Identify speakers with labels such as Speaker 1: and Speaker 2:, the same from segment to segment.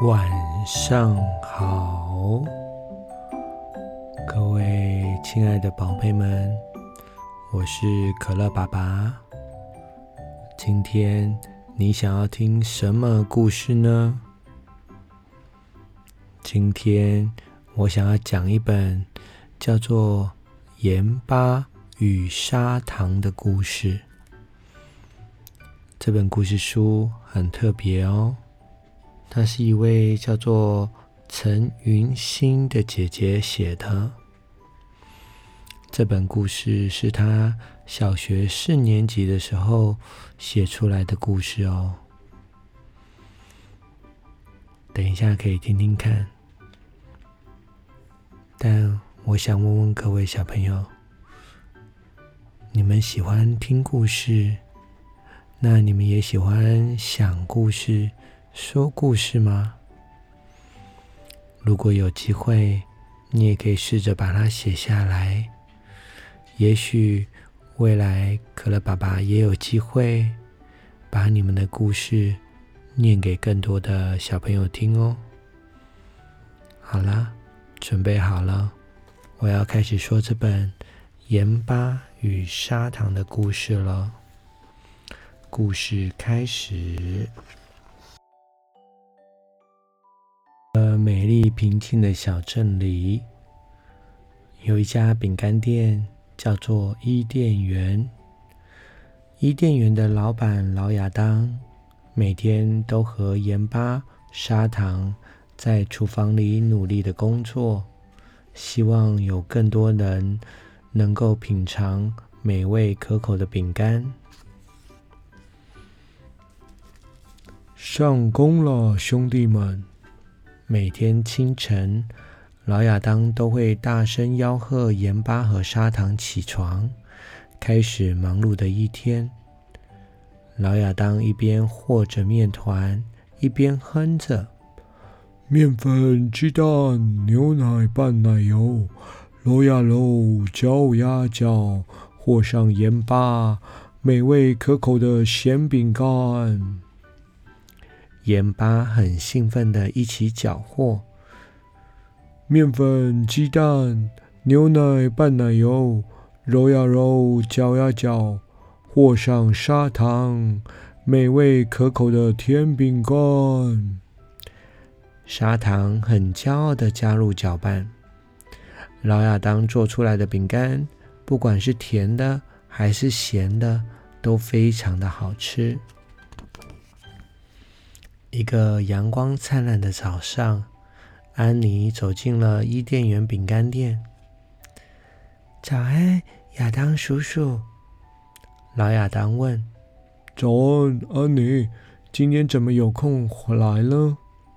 Speaker 1: 晚上好，各位亲爱的宝贝们，我是可乐爸爸。今天你想要听什么故事呢？今天我想要讲一本叫做《盐巴与砂糖》的故事。这本故事书很特别哦，它是一位叫做陈云欣的姐姐写的。这本故事是她小学4年级的时候写出来的故事哦。等一下可以听听看。但我想问问各位小朋友，你们喜欢听故事？那你们也喜欢想故事、说故事吗？如果有机会，你也可以试着把它写下来。也许未来可乐爸爸也有机会把你们的故事念给更多的小朋友听哦。好啦，准备好了，我要开始说这本盐巴与砂糖的故事了。故事开始。美丽平静的小镇里，有一家饼干店，叫做伊甸园。伊甸园的老板老亚当，每天都和盐巴、砂糖在厨房里努力的工作，希望有更多人能够品尝美味可口的饼干。上工了，兄弟们！每天清晨，老亚当都会大声吆喝盐巴和砂糖起床，开始忙碌的一天。老亚当一边和着面团，一边哼着：面粉、鸡蛋、牛奶拌奶油，揉呀揉，搅呀搅，和上盐巴，美味可口的咸饼干。盐巴很兴奋地一起搅和，面粉、鸡蛋、牛奶拌奶油，揉呀揉，搅呀搅，和上砂糖，美味可口的甜饼干。砂糖很骄傲地加入搅拌，老亚当做出来的饼干，不管是甜的还是咸的，都非常的好吃。一个阳光灿烂的早上，安妮走进了伊甸园饼干店。早安，亚当叔叔。老亚当问。早安，安妮，今天怎么有空回来了？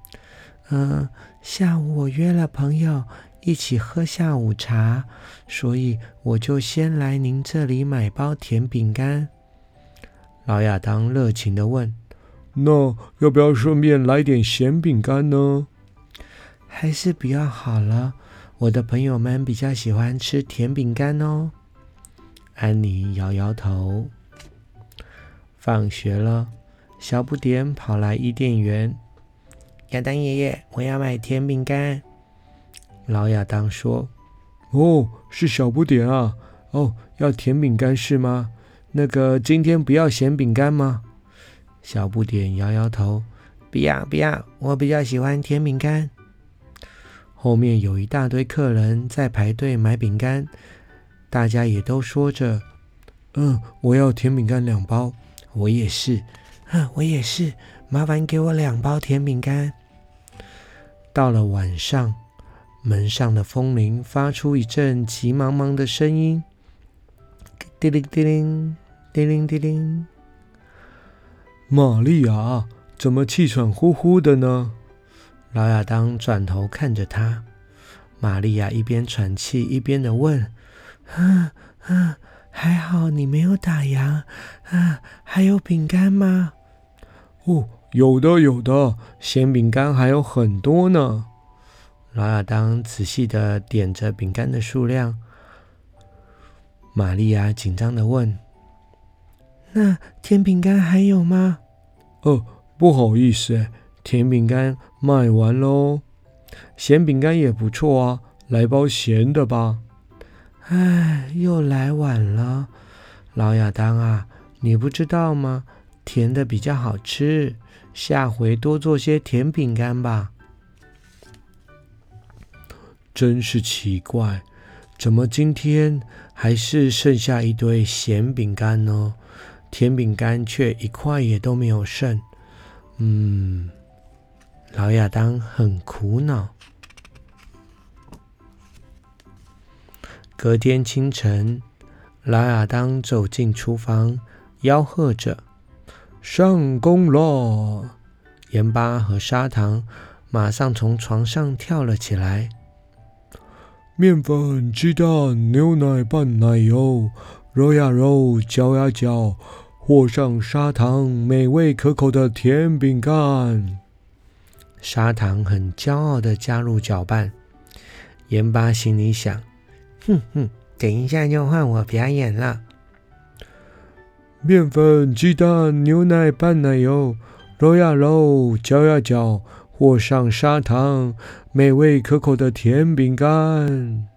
Speaker 1: 下午我约了朋友一起喝下午茶，所以我就先来您这里买包甜饼干。老亚当热情地问。那要不要顺便来点咸饼干呢？还是不要好了，我的朋友们比较喜欢吃甜饼干哦。安妮摇摇头。放学了，小不点跑来伊甸园。亚当爷爷，我要买甜饼干。老亚当说。哦，是小不点啊。哦，要甜饼干是吗？那个今天不要咸饼干吗？小不点摇摇头，不要不要，我比较喜欢甜饼干。后面有一大堆客人在排队买饼干，大家也都说着，我要甜饼干2包，我也是，我也是，麻烦给我2包甜饼干。到了晚上，门上的风铃发出一阵急忙忙的声音，叮铃叮铃，叮铃叮铃。玛利亚，怎么气喘呼呼的呢？老亚当转头看着他，玛利亚一边喘气一边的问：还好你没有打烊还有饼干吗？哦，有的有的，咸饼干还有很多呢。老亚当仔细的点着饼干的数量。玛利亚紧张的问：那甜饼干还有吗？不好意思， 甜饼干卖完喽，咸饼干也不错啊，来包咸的吧。唉，又来晚了。老亚当啊，你不知道吗？甜的比较好吃，下回多做些甜饼干吧。真是奇怪，怎么今天还是剩下一堆咸饼干呢？甜饼干却一块也都没有剩。老亚当很苦恼。隔天清晨，老亚当走进厨房，吆喝着：“上工咯！”盐巴和砂糖马上从床上跳了起来。面粉、鸡蛋、牛奶拌奶油，揉呀揉，搅呀搅，和上砂糖，美味可口的甜饼干。砂糖很骄傲地加入搅拌。盐巴心里想：等一下就换我表演了。面粉、鸡蛋、牛奶拌奶油，揉呀揉，搅呀搅，和上砂糖，美味可口的甜饼干。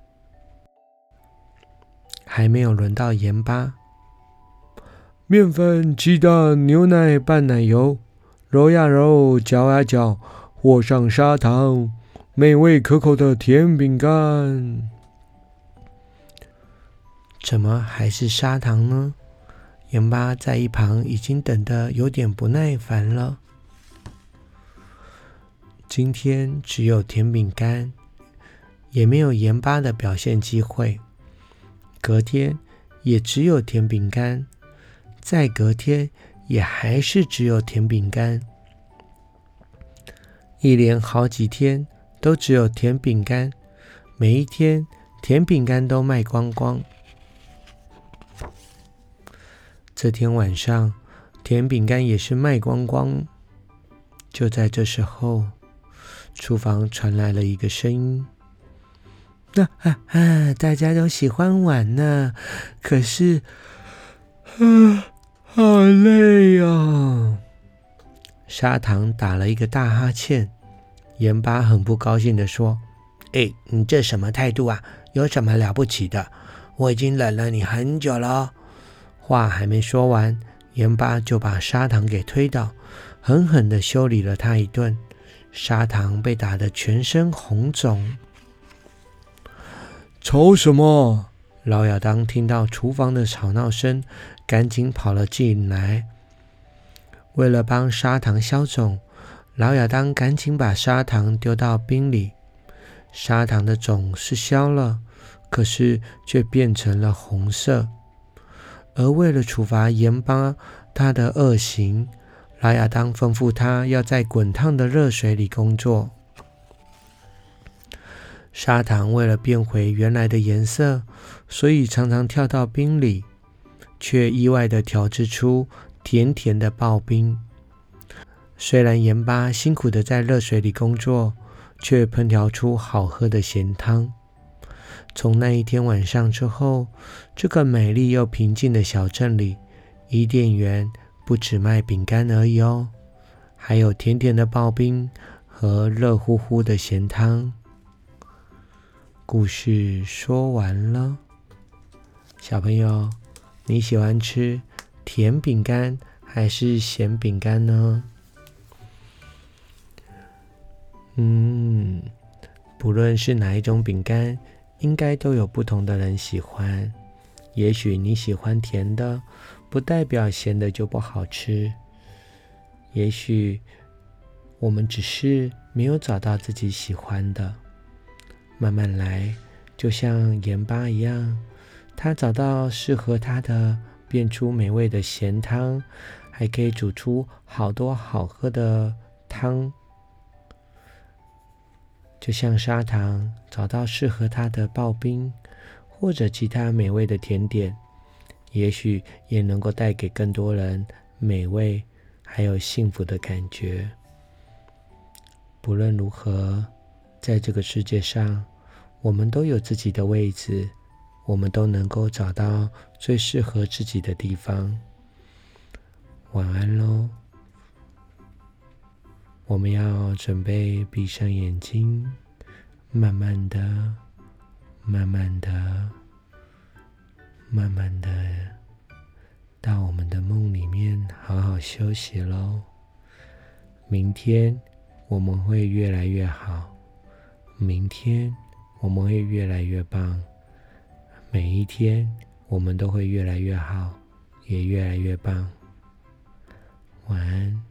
Speaker 1: 还没有轮到盐巴。面粉、鸡蛋、牛奶拌奶油，揉呀揉，搅呀搅，和上砂糖，美味可口的甜饼干。怎么还是砂糖呢？盐巴在一旁已经等得有点不耐烦了。今天只有甜饼干，也没有盐巴的表现机会。隔天也只有甜饼干，再隔天也还是只有甜饼干。一连好几天都只有甜饼干，每一天甜饼干都卖光光。这天晚上，甜饼干也是卖光光。就在这时候，厨房传来了一个声音：大家都喜欢玩呢，可是，好累啊！砂糖打了一个大哈欠，盐巴很不高兴地说：“你这什么态度啊？有什么了不起的？我已经忍了你很久了。”话还没说完，盐巴就把砂糖给推倒，狠狠地修理了他一顿。砂糖被打得全身红肿。吵什么？老亚当听到厨房的吵闹声，赶紧跑了进来。为了帮砂糖消肿，老亚当赶紧把砂糖丢到冰里。砂糖的肿是消了，可是却变成了红色。而为了处罚盐巴他的恶行，老亚当吩咐他要在滚烫的热水里工作。砂糖为了变回原来的颜色，所以常常跳到冰里，却意外地调制出甜甜的刨冰。虽然盐巴辛苦地在热水里工作，却烹调出好喝的咸汤。从那一天晚上之后，这个美丽又平静的小镇里，伊甸园不只卖饼干而已哦，还有甜甜的刨冰和热乎乎的咸汤。故事说完了。小朋友，你喜欢吃甜饼干还是咸饼干呢？不论是哪一种饼干，应该都有不同的人喜欢。也许你喜欢甜的，不代表咸的就不好吃。也许我们只是没有找到自己喜欢的，慢慢来，就像盐巴一样，他找到适合他的，变出美味的咸汤，还可以煮出好多好喝的汤。就像砂糖找到适合它的刨冰，或者其他美味的甜点，也许也能够带给更多人美味还有幸福的感觉。不论如何，在这个世界上，我们都有自己的位置，我们都能够找到最适合自己的地方。晚安咯。 我们要准备闭上眼睛，慢慢的、慢慢的、慢慢的到我们的梦里面好好休息咯。明天我们会越来越好，明天我们会越来越棒，每一天我们都会越来越好，也越来越棒。晚安。